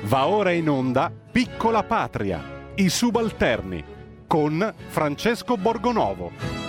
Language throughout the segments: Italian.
Va ora in onda Piccola Patria, i subalterni, con Francesco Borgonovo.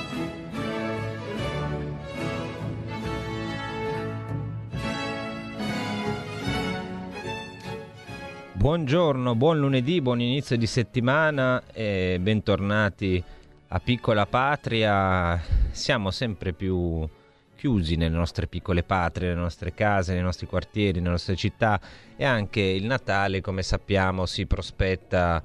Buongiorno, buon lunedì, buon inizio di settimana e bentornati a Piccola Patria. Siamo sempre più chiusi nelle nostre piccole patrie, nelle nostre case, nei nostri quartieri, nelle nostre città, e anche il Natale, come sappiamo, si prospetta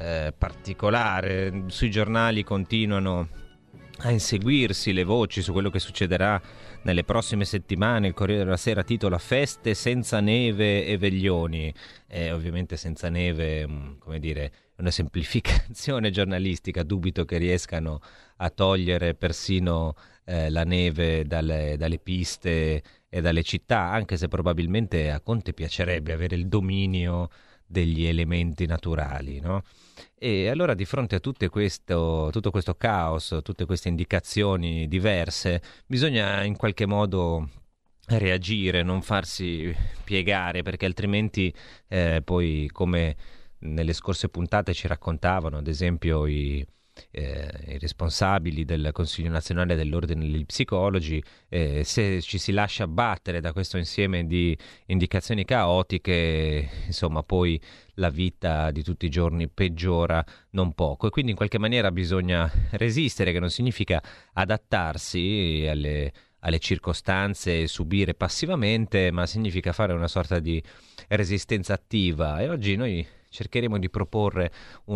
particolare. Sui giornali continuano a inseguirsi le voci su quello che succederà nelle prossime settimane. Il Corriere della Sera titola "Feste senza neve e veglioni". Ovviamente senza neve, come dire, è una semplificazione giornalistica. Dubito che riescano a togliere persino la neve dalle piste e dalle città, anche se probabilmente a Conte piacerebbe avere il dominio degli elementi naturali, no? E allora, di fronte a tutto questo caos, tutte queste indicazioni diverse, bisogna in qualche modo reagire, non farsi piegare, perché altrimenti poi, come nelle scorse puntate ci raccontavano, ad esempio i responsabili del Consiglio Nazionale dell'Ordine degli Psicologi, se ci si lascia battere da questo insieme di indicazioni caotiche, insomma, poi la vita di tutti i giorni peggiora non poco, e quindi in qualche maniera bisogna resistere, che non significa adattarsi alle circostanze e subire passivamente, ma significa fare una sorta di resistenza attiva. E oggi noi cercheremo di proporre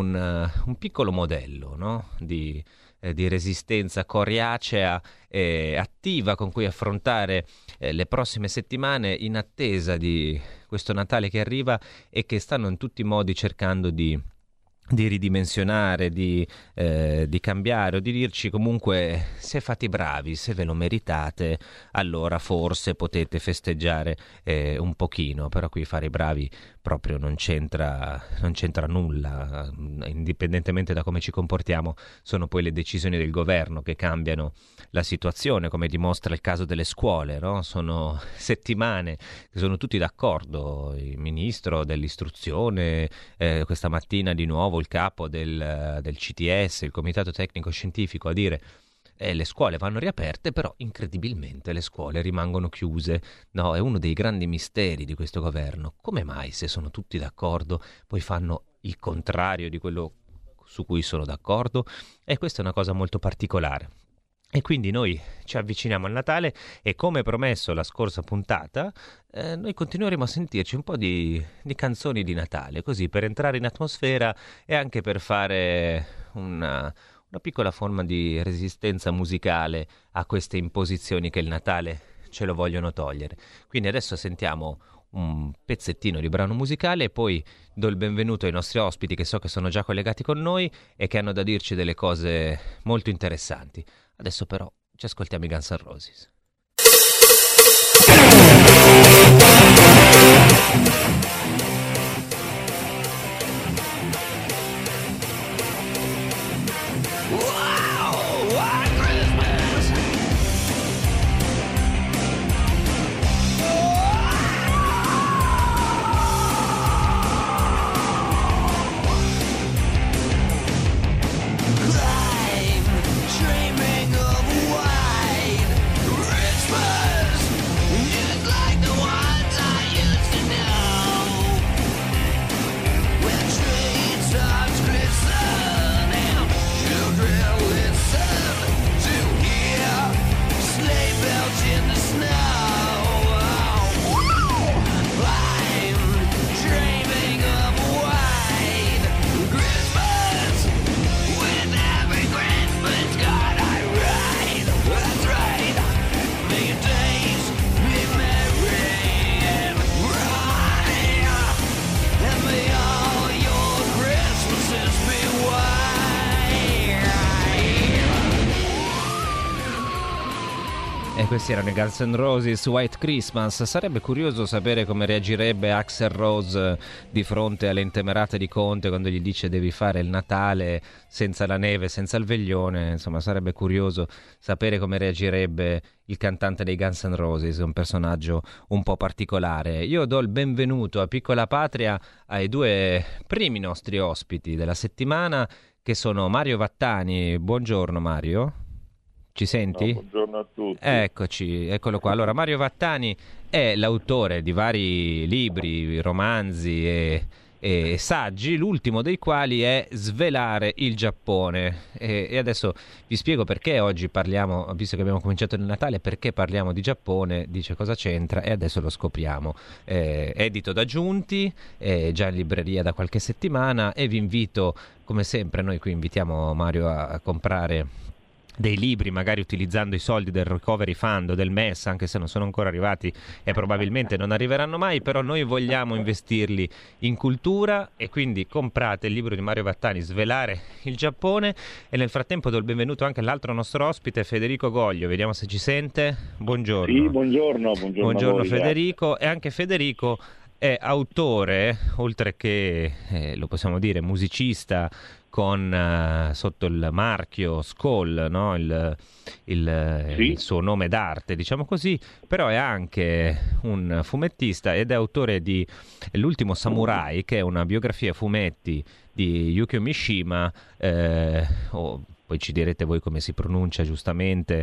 un piccolo modello, no? di resistenza coriacea e attiva con cui affrontare le prossime settimane, in attesa di questo Natale che arriva e che stanno in tutti i modi cercando di ridimensionare, di cambiare, o di dirci comunque: se fate i bravi, se ve lo meritate, allora forse potete festeggiare un pochino. Però qui fare i bravi proprio non c'entra nulla. Indipendentemente da come ci comportiamo, sono poi le decisioni del governo che cambiano la situazione, come dimostra il caso delle scuole, no? Sono settimane che sono tutti d'accordo, il ministro dell'istruzione, questa mattina di nuovo il capo del CTS, il Comitato Tecnico Scientifico, a dire le scuole vanno riaperte, però incredibilmente le scuole rimangono chiuse. No, è uno dei grandi misteri di questo governo. Come mai, se sono tutti d'accordo, poi fanno il contrario di quello su cui sono d'accordo? E questa è una cosa molto particolare. E quindi noi ci avviciniamo al Natale e, come promesso la scorsa puntata, noi continueremo a sentirci un po' di canzoni di Natale, così per entrare in atmosfera e anche per fare una piccola forma di resistenza musicale a queste imposizioni che il Natale ce lo vogliono togliere. Quindi adesso sentiamo un pezzettino di brano musicale e poi do il benvenuto ai nostri ospiti, che so che sono già collegati con noi e che hanno da dirci delle cose molto interessanti. Adesso però ci ascoltiamo i Guns N' Roses. Dreaming of white Christmas, just like the ones I used to know. E questi erano i Guns N' Roses, White Christmas. Sarebbe curioso sapere come reagirebbe Axl Rose di fronte alle intemerate di Conte quando gli dice devi fare il Natale senza la neve, senza il veglione. Insomma, sarebbe curioso sapere come reagirebbe il cantante dei Guns N' Roses, un personaggio un po' particolare. Io do il benvenuto a Piccola Patria ai due primi nostri ospiti della settimana, che sono Mario Vattani. Buongiorno Mario. Ci senti? Buongiorno a tutti. Eccoci, eccolo qua. Allora, Mario Vattani è l'autore di vari libri, romanzi e saggi, l'ultimo dei quali è Svelare il Giappone. E adesso vi spiego perché oggi parliamo, visto che abbiamo cominciato nel Natale, perché parliamo di Giappone, dice cosa c'entra e adesso lo scopriamo. Edito da Giunti, è già in libreria da qualche settimana e vi invito, come sempre, noi qui invitiamo Mario a comprare dei libri, magari utilizzando i soldi del Recovery Fund o del MES, anche se non sono ancora arrivati e probabilmente non arriveranno mai, però noi vogliamo investirli in cultura e quindi comprate il libro di Mario Vattani, Svelare il Giappone. E nel frattempo do il benvenuto anche all'altro nostro ospite, Federico Goglio, vediamo se ci sente. Buongiorno. Sì, buongiorno Buongiorno a voi, Federico. E anche Federico è autore, oltre che, lo possiamo dire, musicista, con sotto il marchio Skoll, no? Il suo nome d'arte, diciamo così, però è anche un fumettista ed è autore di L'ultimo samurai, che è una biografia a fumetti di Yukio Mishima, poi ci direte voi come si pronuncia giustamente,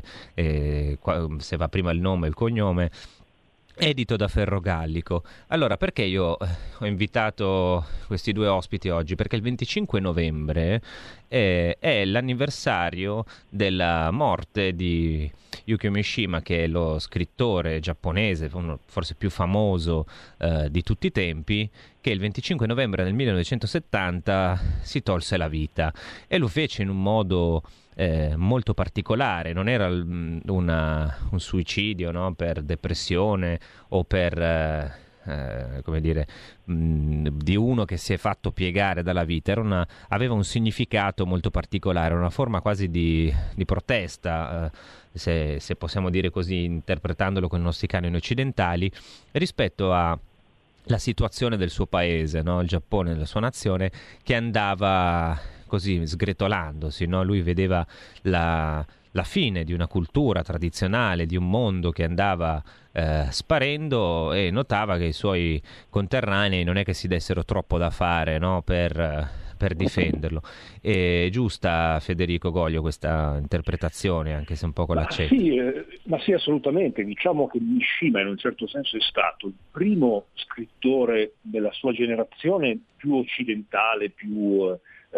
se va prima il nome e il cognome, edito da Ferrogallico. Allora, perché io ho invitato questi due ospiti oggi? Perché il 25 novembre è l'anniversario della morte di Yukio Mishima, che è lo scrittore giapponese, forse più famoso di tutti i tempi, che il 25 novembre del 1970 si tolse la vita e lo fece in un modo molto particolare. Non era un suicidio, no? Per depressione o per come dire, di uno che si è fatto piegare dalla vita. Aveva un significato molto particolare, una forma quasi di protesta, se possiamo dire così, interpretandolo con i nostri canoni occidentali, rispetto a la situazione del suo paese, no? Il Giappone, della sua nazione, che andava così sgretolandosi, no? Lui vedeva la fine di una cultura tradizionale, di un mondo che andava sparendo, e notava che i suoi conterranei non è che si dessero troppo da fare, no? Per difenderlo. È giusta, Federico Goglio, questa interpretazione, anche se un po' con l'accento? Ma sì, assolutamente. Diciamo che Mishima in un certo senso è stato il primo scrittore della sua generazione più occidentale, più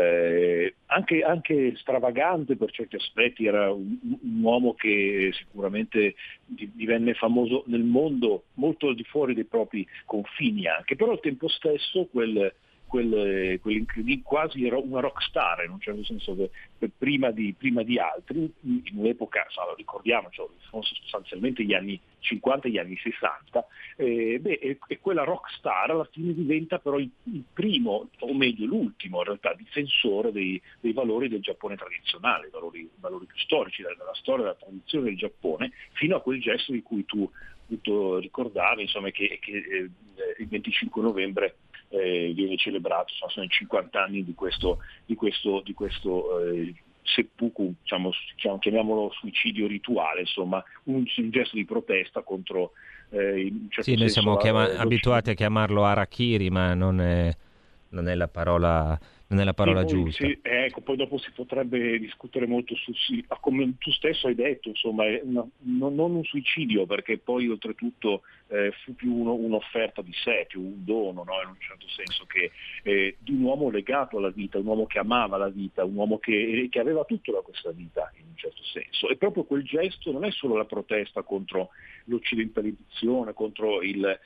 anche stravagante per certi aspetti. Era un uomo che sicuramente divenne famoso nel mondo, molto al di fuori dei propri confini anche, però al tempo stesso quasi una rock star, in un certo senso, prima di altri, in un'epoca, lo ricordiamo, sono sostanzialmente gli anni 50 e gli anni 60, e quella rock star alla fine diventa però il primo, o meglio l'ultimo in realtà, difensore dei valori del Giappone tradizionale, i valori più storici della storia, della tradizione del Giappone, fino a quel gesto di cui tu ricordavi, insomma, che il 25 novembre viene celebrato, sono i 50 anni di questo seppuku, chiamiamolo suicidio rituale, insomma, un gesto di protesta contro in certo sì, noi senso, siamo abituati a chiamarlo harakiri, ma non è la parola giusta. Sì, ecco, poi dopo si potrebbe discutere molto come tu stesso hai detto, insomma, non un suicidio, perché poi oltretutto fu più un'offerta di sé, più un dono, no? In un certo senso, che di un uomo legato alla vita, un uomo che amava la vita, un uomo che aveva tutto da questa vita, in un certo senso. E proprio quel gesto non è solo la protesta contro l'occidentalizzazione, contro il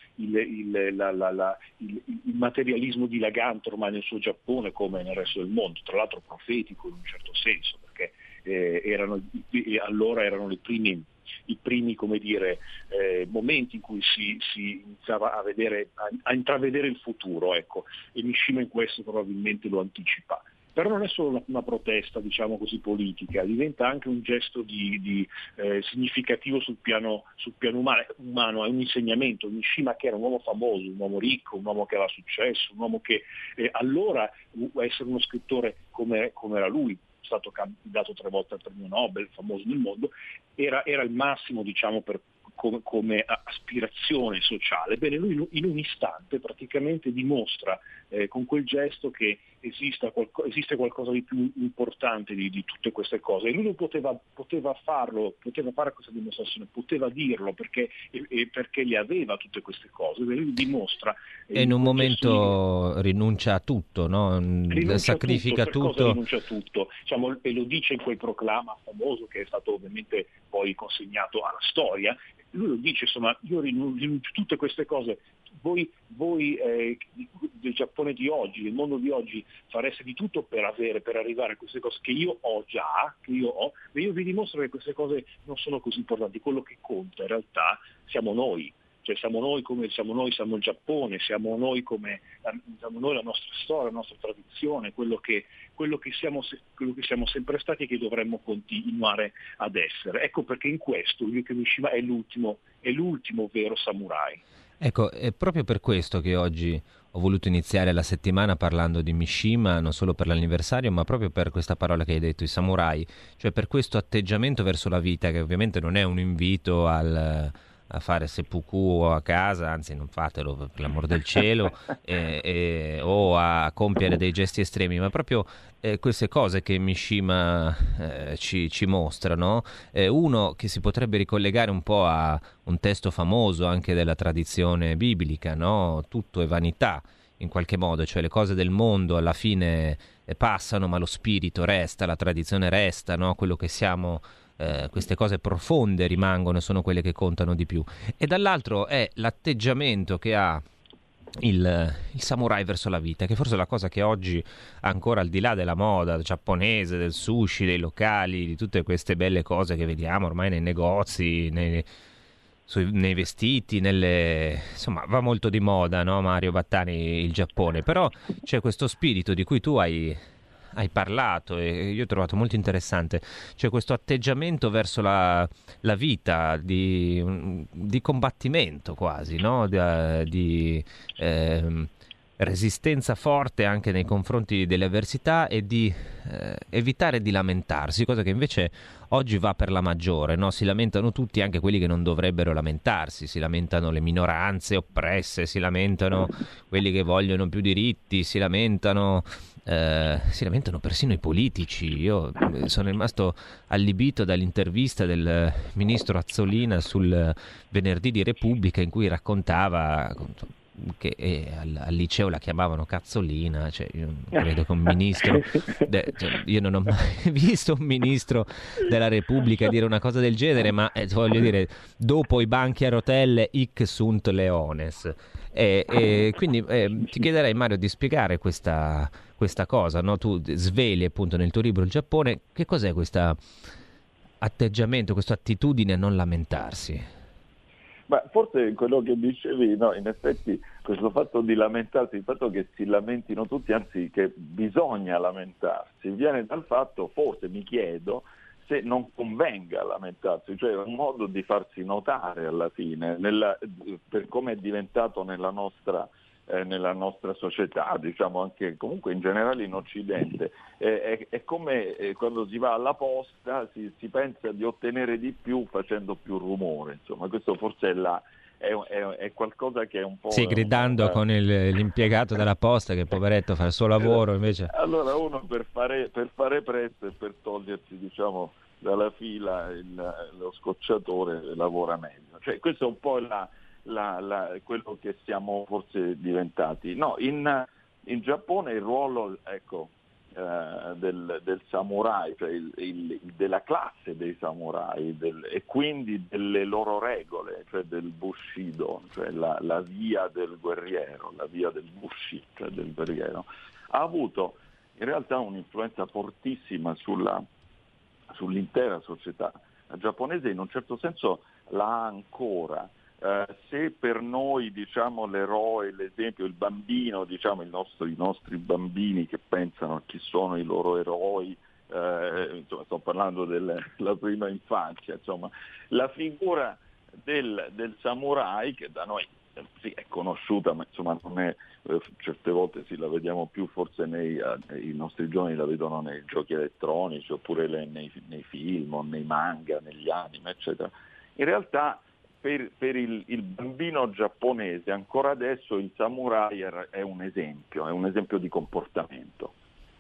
materialismo dilagante ormai nel suo Giappone come nel resto del mondo, tra l'altro profetico in un certo senso, perché allora erano i primi come dire, momenti in cui si iniziava a intravedere il futuro, ecco, e Mishima in questo probabilmente lo anticipa. Però non è solo una protesta, diciamo così, politica, diventa anche un gesto significativo sul piano umano, è un insegnamento. Mishima, che era un uomo famoso, un uomo ricco, un uomo che aveva successo, un uomo che allora essere uno scrittore come era lui, stato candidato 3 volte al premio Nobel, famoso nel mondo, era il massimo, diciamo, come aspirazione sociale. Bene, lui in un istante praticamente dimostra con quel gesto che esiste qualcosa di più importante di tutte queste cose, e lui non poteva farlo, poteva fare questa dimostrazione, poteva dirlo perché le aveva tutte queste cose. Bene, lui dimostra e in un momento rinuncia a tutto, no? Sacrifica tutto. Rinuncia a tutto, diciamo, e lo dice in quel proclama famoso che è stato ovviamente poi consegnato alla storia. Lui lo dice, insomma, io rinuncio a tutte queste cose. Voi del Giappone di oggi, del mondo di oggi, fareste di tutto per arrivare a queste cose che io ho, ma io vi dimostro che queste cose non sono così importanti. Quello che conta in realtà siamo noi. Cioè siamo noi, siamo il Giappone, siamo noi la nostra storia, la nostra tradizione, quello che siamo sempre stati e che dovremmo continuare ad essere. Ecco perché in questo Yukio Mishima è l'ultimo vero samurai. Ecco, è proprio per questo che oggi ho voluto iniziare la settimana parlando di Mishima, non solo per l'anniversario, ma proprio per questa parola che hai detto, i samurai, cioè per questo atteggiamento verso la vita, che ovviamente non è un invito a fare seppuku a casa, anzi non fatelo per l'amor del cielo, o a compiere dei gesti estremi, ma proprio queste cose che Mishima ci mostra, no? Uno che si potrebbe ricollegare un po' a un testo famoso anche della tradizione biblica, no? Tutto è vanità in qualche modo, cioè le cose del mondo alla fine passano, ma lo spirito resta, la tradizione resta, no? Quello che siamo, queste cose profonde rimangono e sono quelle che contano di più. E dall'altro è l'atteggiamento che ha il samurai verso la vita, che forse è la cosa che oggi, ancora al di là della moda giapponese, del sushi, dei locali, di tutte queste belle cose che vediamo ormai nei negozi, nei vestiti, insomma va molto di moda, no, Mario Battani, il Giappone, però c'è questo spirito di cui tu hai parlato e io ho trovato molto interessante, cioè questo atteggiamento verso la vita di combattimento quasi, no? Di resistenza forte anche nei confronti delle avversità e di evitare di lamentarsi, cosa che invece oggi va per la maggiore, no? Si lamentano tutti, anche quelli che non dovrebbero lamentarsi, si lamentano le minoranze oppresse, si lamentano quelli che vogliono più diritti, si lamentano persino i politici. Io sono rimasto allibito dall'intervista del ministro Azzolina sul Venerdì di Repubblica, in cui raccontava che al liceo la chiamavano Cazzolina, cioè io non credo che un ministro io non ho mai visto un ministro della Repubblica dire una cosa del genere, ma voglio dire, dopo i banchi a rotelle hic sunt leones, e quindi ti chiederei, Mario, di spiegare questa cosa, no? Tu sveli appunto nel tuo libro il Giappone, che cos'è questo atteggiamento, questa attitudine a non lamentarsi? Ma forse quello che dicevi, no, in effetti questo fatto di lamentarsi, il fatto che si lamentino tutti, anzi che bisogna lamentarsi, viene dal fatto, forse mi chiedo, se non convenga lamentarsi, cioè è un modo di farsi notare alla fine, per come è diventato nella nostra società, diciamo anche comunque in generale in Occidente. È come quando si va alla posta, si pensa di ottenere di più facendo più rumore, insomma questo forse è qualcosa che è un po'... Sì, gridando con l'impiegato della posta che poveretto fa il suo lavoro invece... Allora uno per fare presto e per togliersi, diciamo, dalla fila lo scocciatore lavora meglio, cioè questo è un po' quello che siamo forse diventati. No, in Giappone il ruolo, ecco, del samurai, cioè della classe dei samurai e quindi delle loro regole, cioè del bushido, cioè la via del guerriero, la via del bushi, cioè del guerriero, ha avuto in realtà un'influenza fortissima sull'intera società giapponese, in un certo senso l'ha ancora. Se per noi, diciamo, l'eroe, l'esempio, il bambino, diciamo, i nostri bambini che pensano a chi sono i loro eroi, insomma, sto parlando della prima infanzia, insomma, la figura del samurai, che da noi sì, è conosciuta, ma insomma non è, certe volte sì, la vediamo più forse i nostri giovani la vedono nei giochi elettronici oppure nei film o nei manga, negli anime, eccetera. In realtà per il bambino giapponese ancora adesso il samurai è un esempio di comportamento.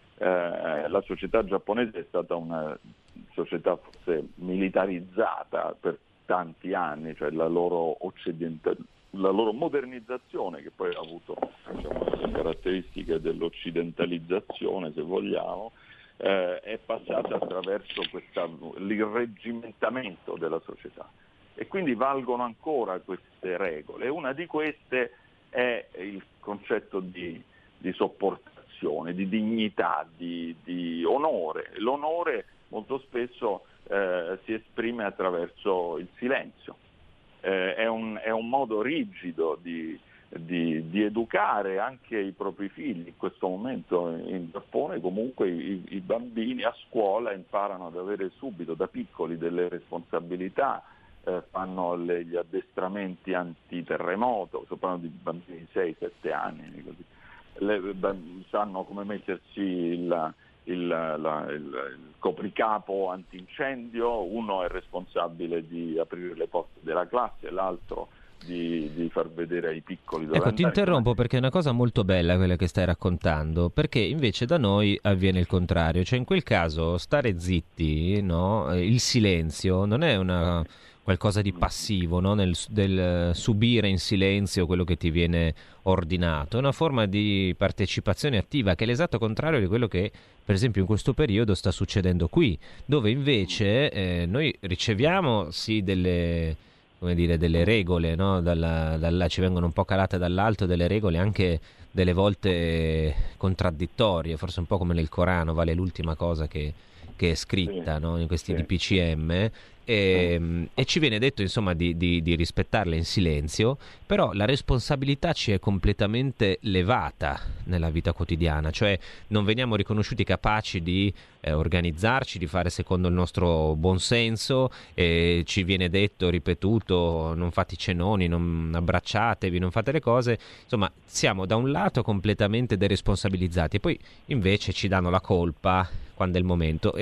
La società giapponese è stata una società forse militarizzata per tanti anni, cioè la loro modernizzazione, che poi ha avuto, diciamo, le caratteristiche dell'occidentalizzazione, se vogliamo, è passata attraverso l'irreggimentamento della società, e quindi valgono ancora queste regole. Una di queste è il concetto di sopportazione, di dignità, di onore. L'onore molto spesso si esprime attraverso il silenzio. È un modo rigido di educare anche i propri figli. In questo momento in Giappone comunque i bambini a scuola imparano ad avere subito da piccoli delle responsabilità, fanno gli addestramenti antiterremoto, sto parlando di bambini di 6-7 anni, così. Sanno come mettersi il copricapo antincendio, uno è responsabile di aprire le porte della classe, l'altro di far vedere ai piccoli dove andare. Ti interrompo perché è una cosa molto bella quella che stai raccontando, perché invece da noi avviene il contrario, cioè in quel caso stare zitti, no? Il silenzio non è qualcosa di passivo, no? Del subire in silenzio quello che ti viene ordinato, è una forma di partecipazione attiva, che è l'esatto contrario di quello che per esempio in questo periodo sta succedendo qui, dove invece noi riceviamo sì delle regole, no? Ci vengono un po' calate dall'alto delle regole, anche delle volte contraddittorie, forse un po' come nel Corano, vale l'ultima cosa che è scritta, no? In questi DPCM, e ci viene detto insomma di rispettarle in silenzio, però la responsabilità ci è completamente levata nella vita quotidiana, cioè non veniamo riconosciuti capaci di organizzarci, di fare secondo il nostro buonsenso, e ci viene detto, ripetuto, non fate i cenoni, non abbracciatevi, non fate le cose, insomma siamo da un lato completamente deresponsabilizzati e poi invece ci danno la colpa quando è il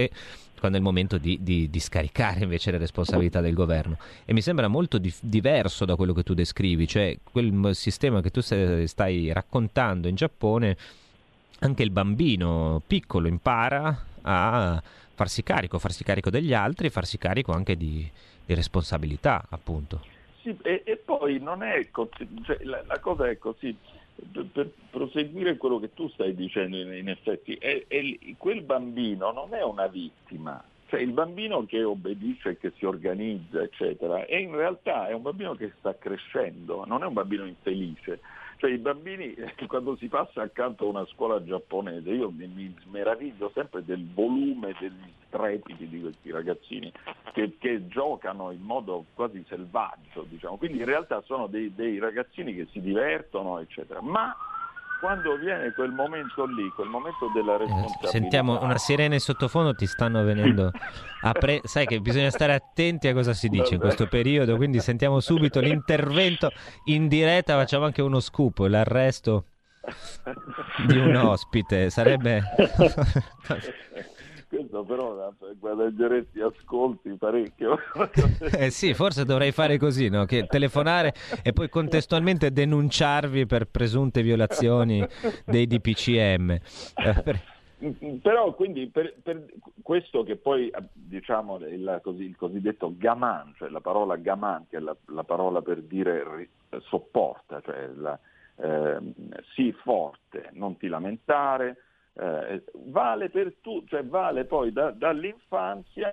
momento di scaricare invece le responsabilità del governo. E mi sembra molto diverso da quello che tu descrivi, cioè quel sistema che tu stai raccontando in Giappone, anche il bambino piccolo impara a farsi carico degli altri, farsi carico anche di responsabilità, appunto. Sì, e poi non è così, cioè, la cosa è così. Per proseguire quello che tu stai dicendo, in effetti, quel bambino non è una vittima, cioè il bambino che obbedisce, che si organizza, eccetera, e in realtà è un bambino che sta crescendo, non è un bambino infelice. Cioè i bambini, quando si passa accanto a una scuola giapponese, io mi meraviglio sempre del volume degli strepiti di questi ragazzini che giocano in modo quasi selvaggio, diciamo. Quindi in realtà sono dei ragazzini che si divertono, eccetera. Ma quando viene quel momento lì, quel momento della responsabilità... Sentiamo una sirena in sottofondo, ti stanno venendo sai che bisogna stare attenti a cosa si dice in questo periodo, quindi sentiamo subito l'intervento in diretta, facciamo anche uno scoop, l'arresto di un ospite, sarebbe... Questo però guadagneresti ascolti parecchio. Sì, forse dovrei fare così, no? Che telefonare e poi contestualmente denunciarvi per presunte violazioni dei DPCM. Però quindi per questo, che poi diciamo il cosiddetto gaman, cioè la parola gaman, che è la parola per dire sopporta, cioè sii forte, non ti lamentare, vale per tutto, cioè vale poi dall'infanzia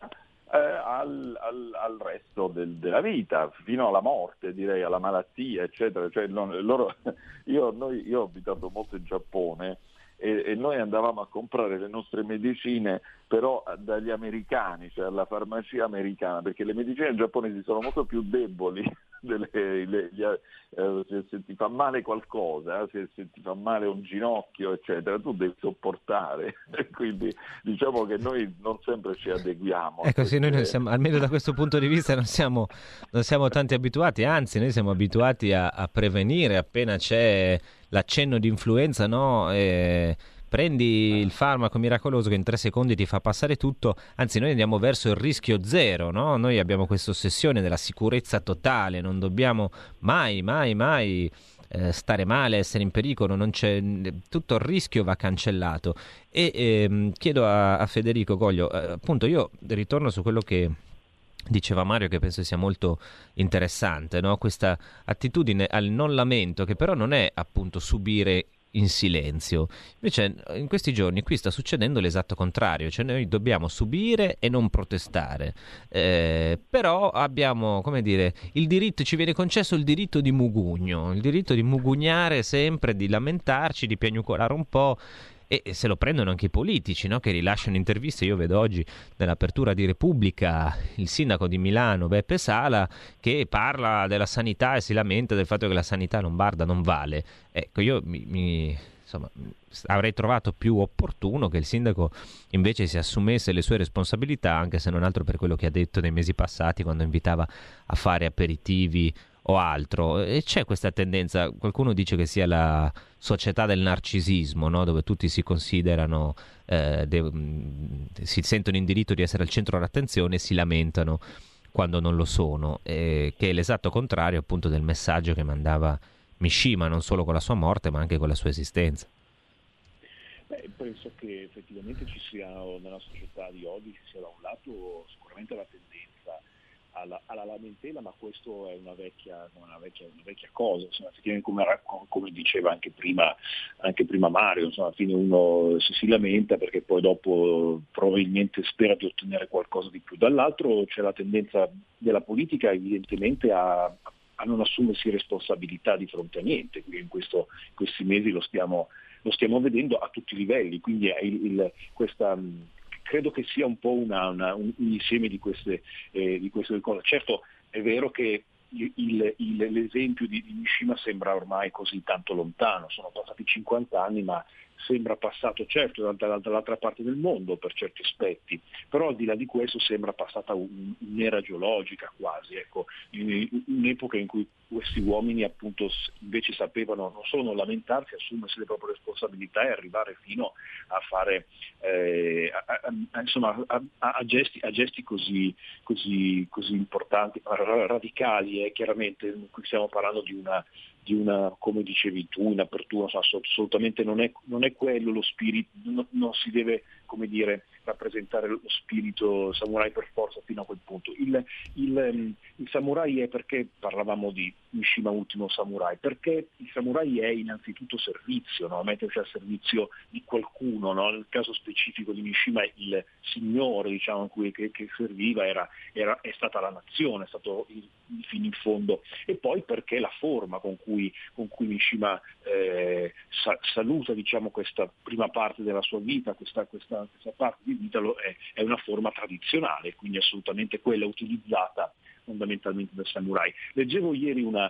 al resto della vita, fino alla morte, direi, alla malattia, eccetera. Cioè, io ho abitato molto in Giappone e noi andavamo a comprare le nostre medicine però dagli americani, cioè alla farmacia americana, perché le medicine giapponesi sono molto più deboli se ti fa male qualcosa, se ti fa male un ginocchio, eccetera, tu devi sopportare. Quindi diciamo che noi non sempre ci adeguiamo. Ecco, sì, noi non siamo, almeno da questo punto di vista non siamo tanti abituati, anzi noi siamo abituati a prevenire appena c'è l'accenno di influenza, no? Prendi il farmaco miracoloso che in 3 secondi ti fa passare tutto, anzi noi andiamo verso il rischio zero, no? Noi abbiamo questa ossessione della sicurezza totale, non dobbiamo mai stare male, essere in pericolo, non c'è, tutto il rischio va cancellato. E chiedo a Federico Goglio, appunto io ritorno su quello che diceva Mario, che penso sia molto interessante, no? Questa attitudine al non lamento, che però non è appunto subire in silenzio. Invece in questi giorni qui sta succedendo l'esatto contrario, cioè noi dobbiamo subire e non protestare, però abbiamo, come dire, il diritto, ci viene concesso il diritto di mugugno, il diritto di mugugnare sempre, di lamentarci, di piagnucolare un po'. E se lo prendono anche i politici, no? Che rilasciano interviste. Io vedo oggi nell'apertura di Repubblica il sindaco di Milano Beppe Sala che parla della sanità e si lamenta del fatto che la sanità lombarda non vale. Ecco, io insomma, avrei trovato più opportuno che il sindaco invece si assumesse le sue responsabilità, anche se non altro per quello che ha detto nei mesi passati quando invitava a fare aperitivi o altro. E c'è questa tendenza, qualcuno dice che sia la società del narcisismo, no? Dove tutti si considerano, si sentono in diritto di essere al centro dell'attenzione e si lamentano quando non lo sono, che è l'esatto contrario appunto del messaggio che mandava Mishima, non solo con la sua morte ma anche con la sua esistenza. Penso che effettivamente ci sia nella società di oggi, ci sia da un lato sicuramente la tendenza alla lamentela, ma questo è una vecchia cosa, insomma, effettivamente come diceva anche prima Mario, insomma, alla fine uno si lamenta perché poi dopo probabilmente spera di ottenere qualcosa di più. Dall'altro c'è la tendenza della politica evidentemente a non assumersi responsabilità di fronte a niente, quindi in questi mesi lo stiamo vedendo a tutti i livelli, quindi credo che sia un po' un insieme di queste cose. Certo è vero che l'esempio di Mishima sembra ormai così tanto lontano, sono passati 50 anni ma sembra passato certo dall'altra parte del mondo per certi aspetti, però al di là di questo sembra passata un'era geologica quasi, ecco, un'epoca in cui questi uomini appunto invece sapevano non solo non lamentarsi, assumersi le proprie responsabilità e arrivare fino a fare a gesti così importanti, radicali, chiaramente qui stiamo parlando di una, come dicevi tu in apertura, assolutamente non è quello lo spirito, non si deve, come dire, rappresentare lo spirito samurai per forza fino a quel punto. Il samurai è, perché parlavamo di Mishima Ultimo Samurai, perché il samurai è innanzitutto servizio, no? Mettersi al servizio di qualcuno, no? Nel caso specifico di Mishima il signore, diciamo, che serviva è stata la nazione, è stato fino in fondo, e poi perché la forma con cui Mishima saluta, diciamo, questa prima parte della sua vita, questa parte di vita è una forma tradizionale, quindi assolutamente quella utilizzata fondamentalmente dal samurai. Leggevo ieri una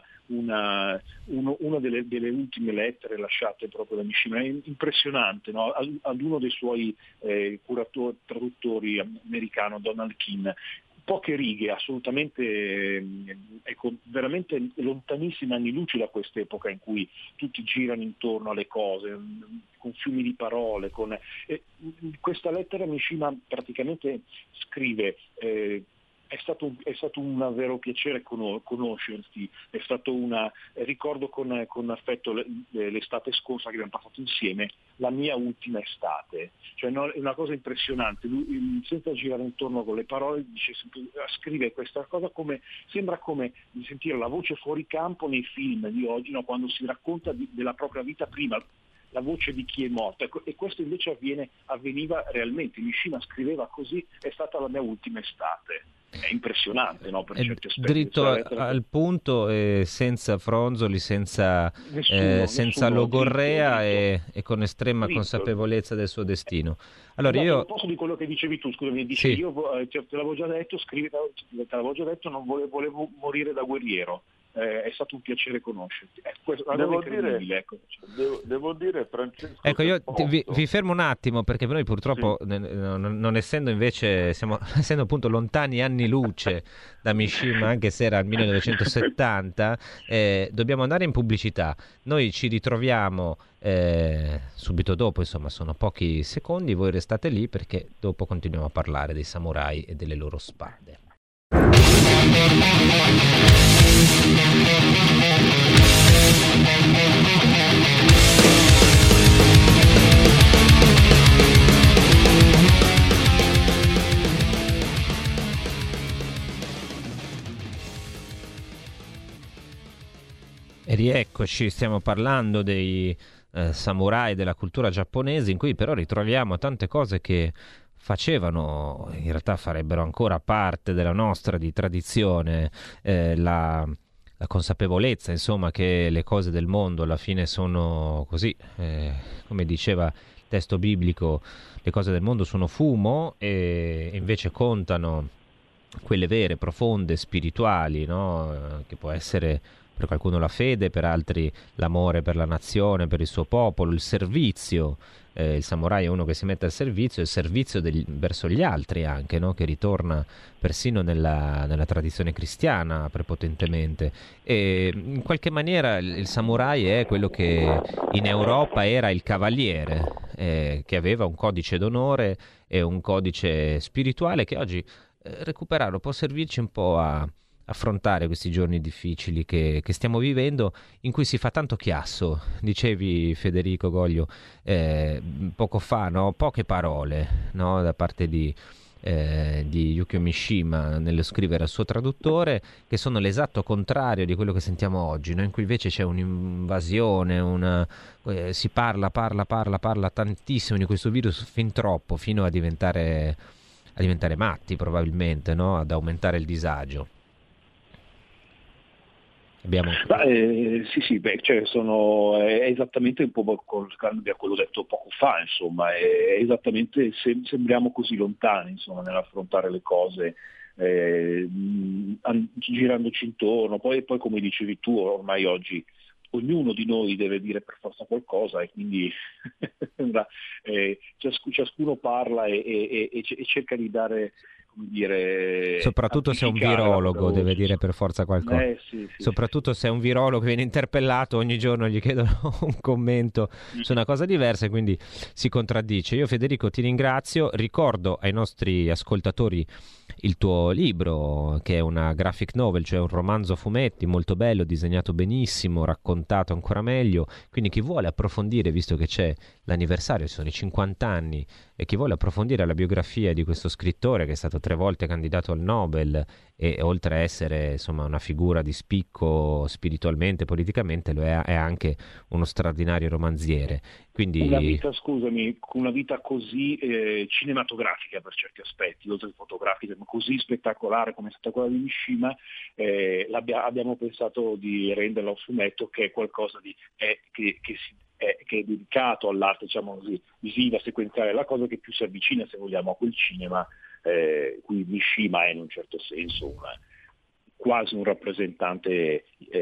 delle ultime lettere lasciate proprio da Mishima, è impressionante, no? Ad uno dei suoi traduttori americano, Donald Keene. Poche righe, assolutamente, veramente lontanissimi anni luce da quest'epoca in cui tutti girano intorno alle cose, con fiumi di parole. Questa lettera Mishima praticamente scrive: è stato un vero piacere conoscerti, è stato ricordo con affetto l'estate scorsa che abbiamo passato insieme, la mia ultima estate. Cioè, no, è una cosa impressionante, lui, senza girare intorno con le parole, scrive questa cosa sembra come di sentire la voce fuori campo nei film di oggi, no? Quando si racconta della propria vita prima, la voce di chi è morto, e questo invece avveniva realmente. Mishima scriveva così: è stata la mia ultima estate. È impressionante, no? Per certi aspetti. Dritto al punto, senza fronzoli, senza logorrea e con estrema consapevolezza del suo destino. Allora io posso di quello che dicevi tu, scusami, dici, sì. Io te l'avevo già detto, te l'avevo già detto, non volevo morire da guerriero. è stato un piacere conoscerti. Devo dire, Francesco, ecco, io vi fermo un attimo, perché noi purtroppo, non essendo invece, essendo appunto lontani anni luce da Mishima, anche se era il 1970, dobbiamo andare in pubblicità. Noi ci ritroviamo subito dopo, insomma sono pochi secondi, voi restate lì perché dopo continuiamo a parlare dei samurai e delle loro spade. E rieccoci, stiamo parlando dei samurai, della cultura giapponese, in cui però ritroviamo tante cose che facevano, in realtà farebbero ancora parte della nostra di tradizione, la consapevolezza, insomma, che le cose del mondo alla fine sono così, come diceva il testo biblico, le cose del mondo sono fumo, e invece contano quelle vere, profonde, spirituali, no? Che può essere per qualcuno la fede, per altri l'amore per la nazione, per il suo popolo, il servizio. Il samurai è uno che si mette al servizio, il servizio verso gli altri anche, no? Che ritorna persino nella tradizione cristiana prepotentemente. E in qualche maniera il samurai è quello che in Europa era il cavaliere, che aveva un codice d'onore e un codice spirituale che oggi recuperarlo può servirci un po' a affrontare questi giorni difficili che stiamo vivendo, in cui si fa tanto chiasso. Dicevi, Federico Goglio, poco fa, no? Poche parole, no? Da parte di Yukio Mishima nello scrivere al suo traduttore, che sono l'esatto contrario di quello che sentiamo oggi, no? In cui invece c'è un'invasione, si parla tantissimo di questo virus, fin troppo, fino a diventare matti probabilmente, no? Ad aumentare il disagio. È esattamente un po' quello detto poco fa, insomma, è esattamente, sembriamo così lontani, insomma, nell'affrontare le cose, girandoci intorno. Poi come dicevi tu, ormai oggi ognuno di noi deve dire per forza qualcosa, e quindi ciascuno parla e cerca di dare, come dire, soprattutto se è un virologo deve dire per forza qualcosa, soprattutto se è un virologo che viene interpellato ogni giorno, gli chiedono un commento su una cosa diversa e quindi si contraddice. Io, Federico, ti ringrazio, ricordo ai nostri ascoltatori il tuo libro, che è una graphic novel, cioè un romanzo a fumetti molto bello, disegnato benissimo, raccontato ancora meglio, quindi chi vuole approfondire, visto che c'è l'anniversario, ci sono i 50 anni, e chi vuole approfondire la biografia di questo scrittore che è stato 3 volte candidato al Nobel e oltre a essere, insomma, una figura di spicco spiritualmente, politicamente, lo è anche uno straordinario romanziere. Quindi una vita così cinematografica per certi aspetti, oltre che fotografica, ma così spettacolare come è stata quella di Mishima, abbiamo pensato di renderla un fumetto che è qualcosa che è dedicato all'arte, diciamo così, visiva, sequenziale, la cosa che più si avvicina, se vogliamo, a quel cinema cui Mishima è in un certo senso quasi un rappresentante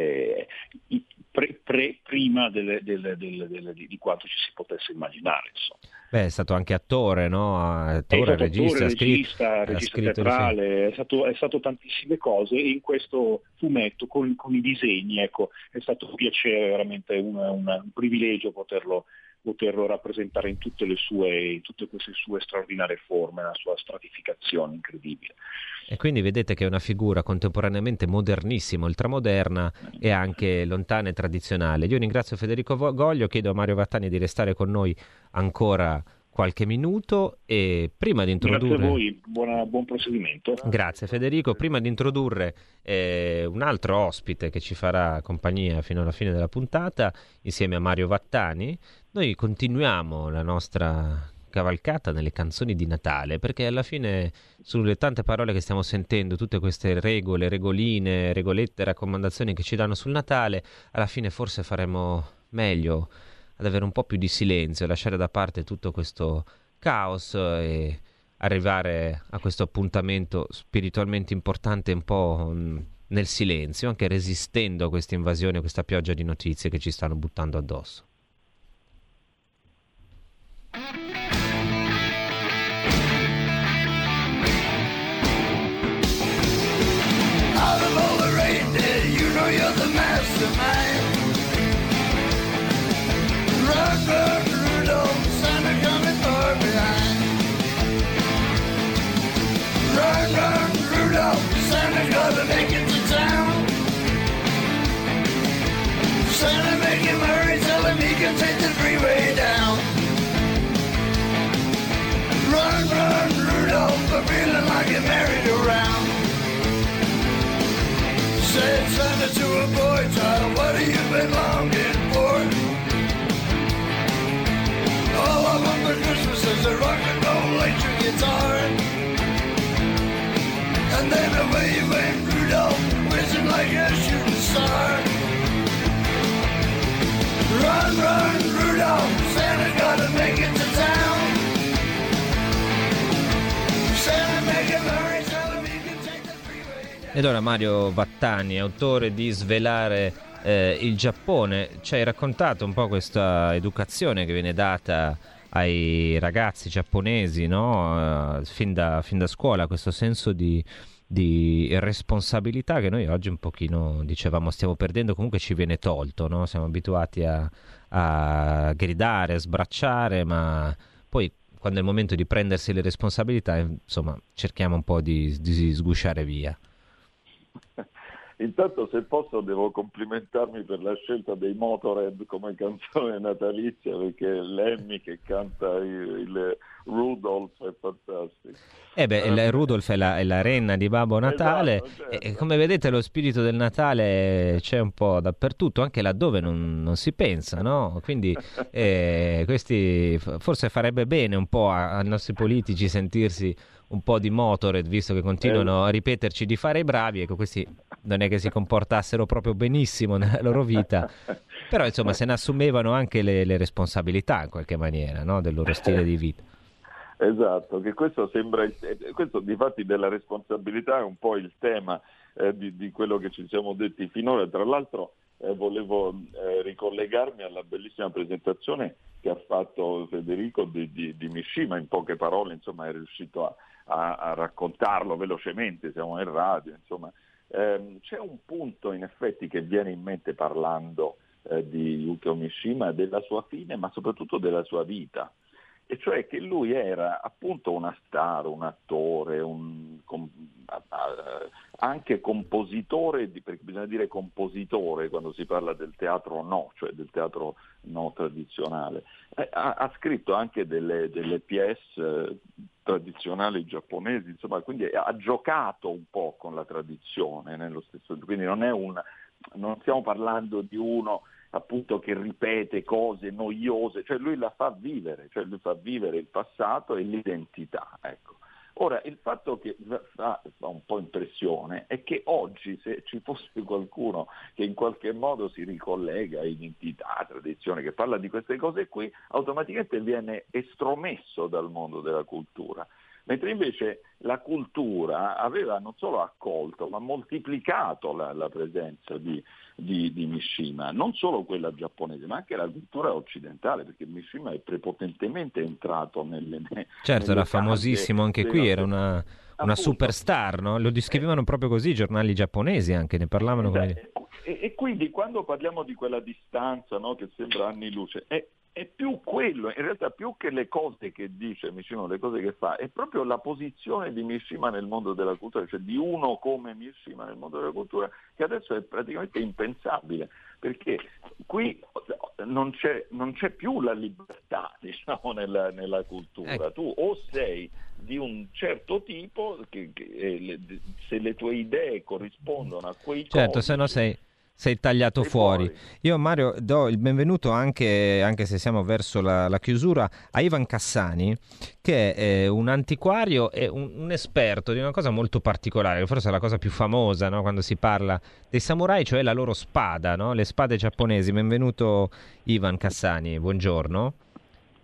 prima di quanto ci si potesse immaginare, insomma. Beh, è stato anche attore, no? Regista teatrale, è stato tantissime cose, e in questo fumetto con i disegni, ecco, è stato un piacere, veramente un privilegio poterlo rappresentare in tutte queste sue straordinarie forme, la sua stratificazione incredibile. E quindi vedete che è una figura contemporaneamente modernissima, ultramoderna e anche lontana e tradizionale. Io ringrazio Federico Goglio, chiedo a Mario Vattani di restare con noi ancora qualche minuto, e prima di introdurre... Grazie a voi, buon proseguimento. Grazie Federico. Prima di introdurre un altro ospite che ci farà compagnia fino alla fine della puntata, insieme a Mario Vattani, noi continuiamo la nostra cavalcata nelle canzoni di Natale, perché alla fine, sulle tante parole che stiamo sentendo, tutte queste regole, regoline, regolette, raccomandazioni che ci danno sul Natale, alla fine forse faremo meglio ad avere un po' più di silenzio, lasciare da parte tutto questo caos e arrivare a questo appuntamento spiritualmente importante, un po' nel silenzio, anche resistendo a questa invasione, questa pioggia di notizie che ci stanno buttando addosso. Out of all the reindeer, you know you're the mastermind. Run, run, Rudolph, Santa coming far behind. Run, run, Rudolph, Santa gonna make it to town. Santa make him hurry, tell him he can take the freeway down. Run, run, Rudolph, I'm feeling like a merry-go-round. Said Santa to a boy child, what have you been longing for? All I want for Christmas is a rock and roll electric guitar. And then away went Rudolph, whizzing like a shooting star. Run, run, Rudolph, Santa gotta make it to town. Santa make him hurry, tell him he can take the freeway down. Ed ora Mario Vattani, autore di Svelare il Giappone, ci hai raccontato un po' questa educazione che viene data ai ragazzi giapponesi, no? Fin da scuola, questo senso di responsabilità che noi oggi un pochino, dicevamo, stiamo perdendo, comunque ci viene tolto, no? Siamo abituati a gridare, a sbracciare, ma poi quando è il momento di prendersi le responsabilità, insomma, cerchiamo un po' di sgusciare via. Intanto, se posso, devo complimentarmi per la scelta dei Motorhead come canzone natalizia, perché Lemmy che canta il Rudolph è fantastico. Il Rudolph è la renna di Babbo Natale. Esatto, certo. E come vedete lo spirito del Natale c'è un po' dappertutto, anche laddove non si pensa, no? Quindi questi forse farebbe bene un po' ai nostri politici sentirsi un po' di Motorhead, visto che continuano a ripeterci di fare i bravi. Ecco, questi non è che si comportassero proprio benissimo nella loro vita, però insomma se ne assumevano anche le responsabilità in qualche maniera, no? Del loro stile di vita. Esatto, che questo sembra questo difatti della responsabilità è un po' il tema di quello che ci siamo detti finora. Tra l'altro volevo ricollegarmi alla bellissima presentazione che ha fatto Federico di Mishima. In poche parole, insomma, è riuscito a raccontarlo velocemente, siamo in radio, insomma. C'è un punto in effetti che viene in mente parlando di Yukio Mishima, della sua fine, ma soprattutto della sua vita. E cioè che lui era appunto una star, un attore, anche compositore, perché bisogna dire compositore quando si parla del teatro no, cioè del teatro no tradizionale. Ha scritto anche delle pièce tradizionali giapponesi, insomma, quindi ha giocato un po' con la tradizione nello stesso, quindi non stiamo parlando di uno appunto che ripete cose noiose, cioè lui la fa vivere, cioè lui fa vivere il passato e l'identità, ecco. Ora, il fatto che fa un po' impressione è che oggi, se ci fosse qualcuno che in qualche modo si ricollega a identità, tradizione, che parla di queste cose qui, automaticamente viene estromesso dal mondo della cultura. Mentre invece la cultura aveva non solo accolto, ma moltiplicato la presenza di Mishima, non solo quella giapponese, ma anche la cultura occidentale, perché Mishima è prepotentemente entrato nelle certo, era famosissimo anche qui, era una superstar, no? Lo descrivevano proprio così i giornali giapponesi, anche ne parlavano come... E quindi quando parliamo di quella distanza, no, che sembra anni luce, è più quello, in realtà più che le cose che dice Mishima, le cose che fa, è proprio la posizione di Mishima nel mondo della cultura, cioè di uno come Mishima nel mondo della cultura, che adesso è praticamente impensabile, perché qui non c'è più la libertà, diciamo, nella cultura. Tu o sei di un certo tipo, se le tue idee corrispondono a quei certo, se no sei tagliato fuori. Io, Mario, do il benvenuto anche se siamo verso la chiusura, a Ivan Cassani, che è un antiquario e un esperto di una cosa molto particolare, che forse è la cosa più famosa, no? Quando si parla dei samurai, cioè la loro spada, no? Le spade giapponesi. Benvenuto Ivan Cassani, buongiorno.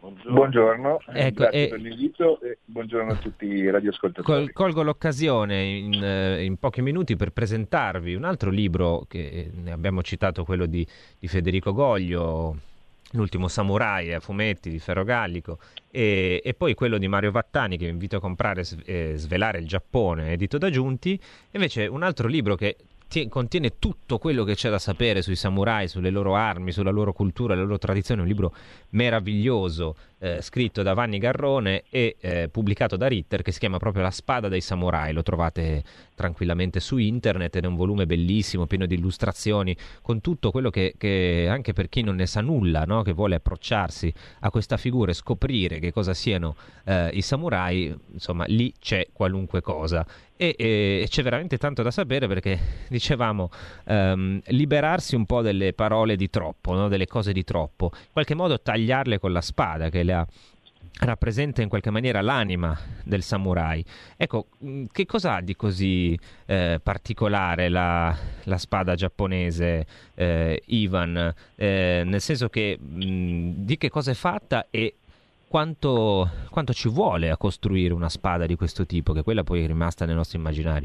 Buongiorno, Ecco, grazie per l'invito e buongiorno a tutti i radioascoltatori. Colgo l'occasione in pochi minuti per presentarvi un altro libro che ne abbiamo citato, quello di Federico Goglio, L'ultimo samurai a fumetti di Ferro Gallico, e poi quello di Mario Vattani che vi invito a comprare, Svelare il Giappone, edito da Giunti. Invece un altro libro che contiene tutto quello che c'è da sapere sui samurai, sulle loro armi, sulla loro cultura, le loro tradizioni, un libro meraviglioso, scritto da Vanni Garrone e pubblicato da Ritter, che si chiama proprio La spada dei samurai. Lo trovate tranquillamente su internet ed è un volume bellissimo, pieno di illustrazioni, con tutto quello che anche per chi non ne sa nulla, no? Che vuole approcciarsi a questa figura e scoprire che cosa siano i samurai, insomma lì c'è qualunque cosa. E c'è veramente tanto da sapere, perché dicevamo liberarsi un po' delle parole di troppo, no? Delle cose di troppo, in qualche modo tagliarle con la spada che rappresenta in qualche maniera l'anima del samurai. Ecco, che cosa ha di così particolare la spada giapponese, Ivan? Nel senso che di che cosa è fatta e quanto ci vuole a costruire una spada di questo tipo, che quella poi è rimasta nel nostro immaginario?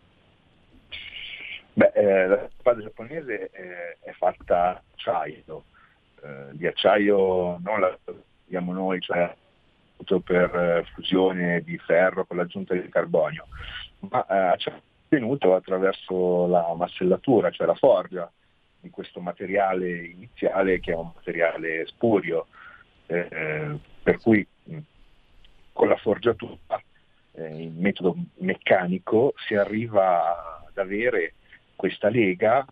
La spada giapponese è fatta acciaio, di acciaio non la usiamo noi, cioè per fusione di ferro con l'aggiunta di carbonio, ma acciaio ottenuto attraverso la massellatura, cioè la forgia di questo materiale iniziale, che è un materiale spurio, per cui con la forgiatura in metodo meccanico si arriva ad avere questa lega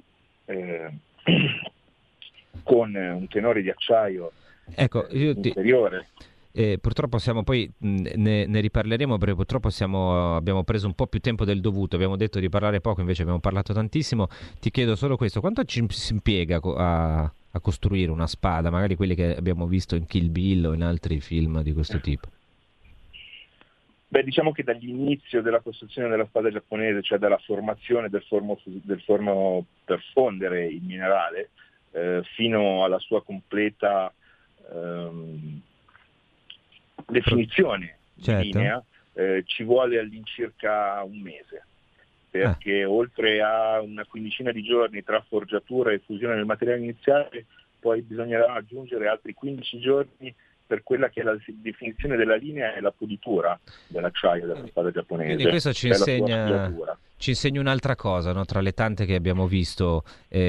con un tenore di acciaio inferiore. Purtroppo poi ne riparleremo, perché purtroppo abbiamo preso un po' più tempo del dovuto, abbiamo detto di parlare poco, invece abbiamo parlato tantissimo. Ti chiedo solo questo: quanto ci si impiega a costruire una spada, magari quelli che abbiamo visto in Kill Bill o in altri film di questo tipo? Diciamo che dall'inizio della costruzione della spada giapponese, cioè dalla formazione del forno per fondere il minerale, fino alla sua completa definizione di linea, ci vuole all'incirca un mese, perché oltre a una quindicina di giorni tra forgiatura e fusione del materiale iniziale, poi bisognerà aggiungere altri 15 giorni per quella che è la definizione della linea e la pulitura dell'acciaio della spada giapponese. Quindi questo ci insegna un'altra cosa, no? Tra le tante che abbiamo visto.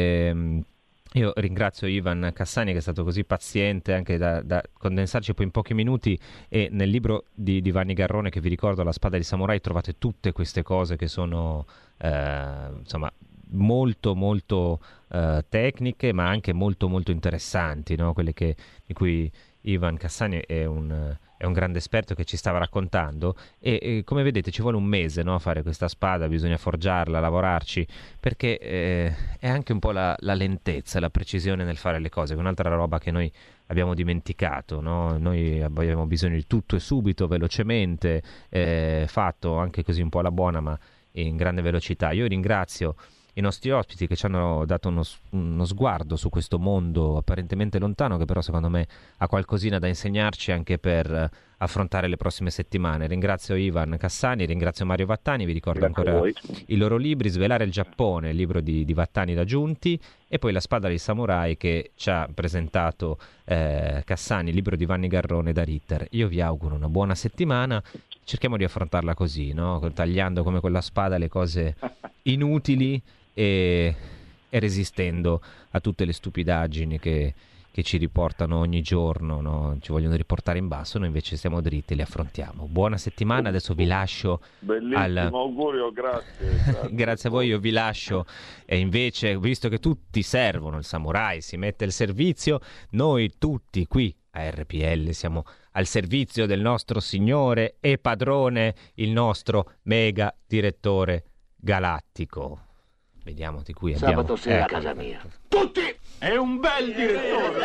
Io ringrazio Ivan Cassani, che è stato così paziente anche da condensarci poi in pochi minuti, e nel libro di Vanni Garrone, che vi ricordo, La spada di samurai, trovate tutte queste cose che sono insomma molto molto tecniche, ma anche molto molto interessanti, no? Quelle di cui Ivan Cassani è un grande esperto, che ci stava raccontando, e come vedete ci vuole un mese, no, a fare questa spada. Bisogna forgiarla, lavorarci, perché è anche un po' la lentezza, la precisione nel fare le cose, che è un'altra roba che noi abbiamo dimenticato, no? Noi abbiamo bisogno di tutto e subito, velocemente, fatto anche così un po' alla buona, ma in grande velocità. Io ringrazio i nostri ospiti che ci hanno dato uno sguardo su questo mondo apparentemente lontano, che però secondo me ha qualcosina da insegnarci anche per affrontare le prossime settimane. Ringrazio Ivan Cassani, ringrazio Mario Vattani, vi ricordo ancora i loro libri: Svelare il Giappone, il libro di Vattani da Giunti, e poi La spada dei samurai, che ci ha presentato Cassani, il libro di Vanni Garrone da Ritter. Io vi auguro una buona settimana, cerchiamo di affrontarla così, no? Tagliando come con la spada le cose inutili e resistendo a tutte le stupidaggini che ci riportano ogni giorno, no? Ci vogliono riportare in basso, noi invece stiamo dritti e li affrontiamo. Buona settimana, adesso vi lascio. Bellissimo augurio, grazie. Grazie a voi, io vi lascio, e invece, visto che tutti servono, il samurai si mette al servizio, noi tutti qui a RPL siamo al servizio del nostro signore e padrone, il nostro mega direttore galattico. Vediamo di cui abbiamo. Sabato sera a casa mia. Tutti! È un bel direttore!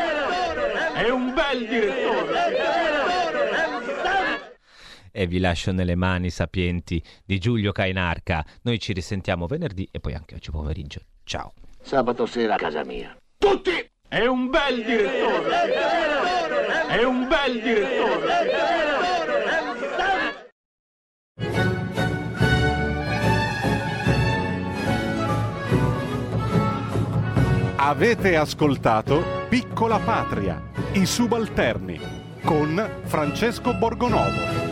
È un bel direttore! E vi lascio nelle mani sapienti di Giulio Cainarca. Noi ci risentiamo venerdì e poi anche oggi pomeriggio. Ciao. Sabato sera a casa mia. Tutti! È un bel direttore. È un bel direttore. Avete ascoltato Piccola Patria, i subalterni, con Francesco Borgonovo.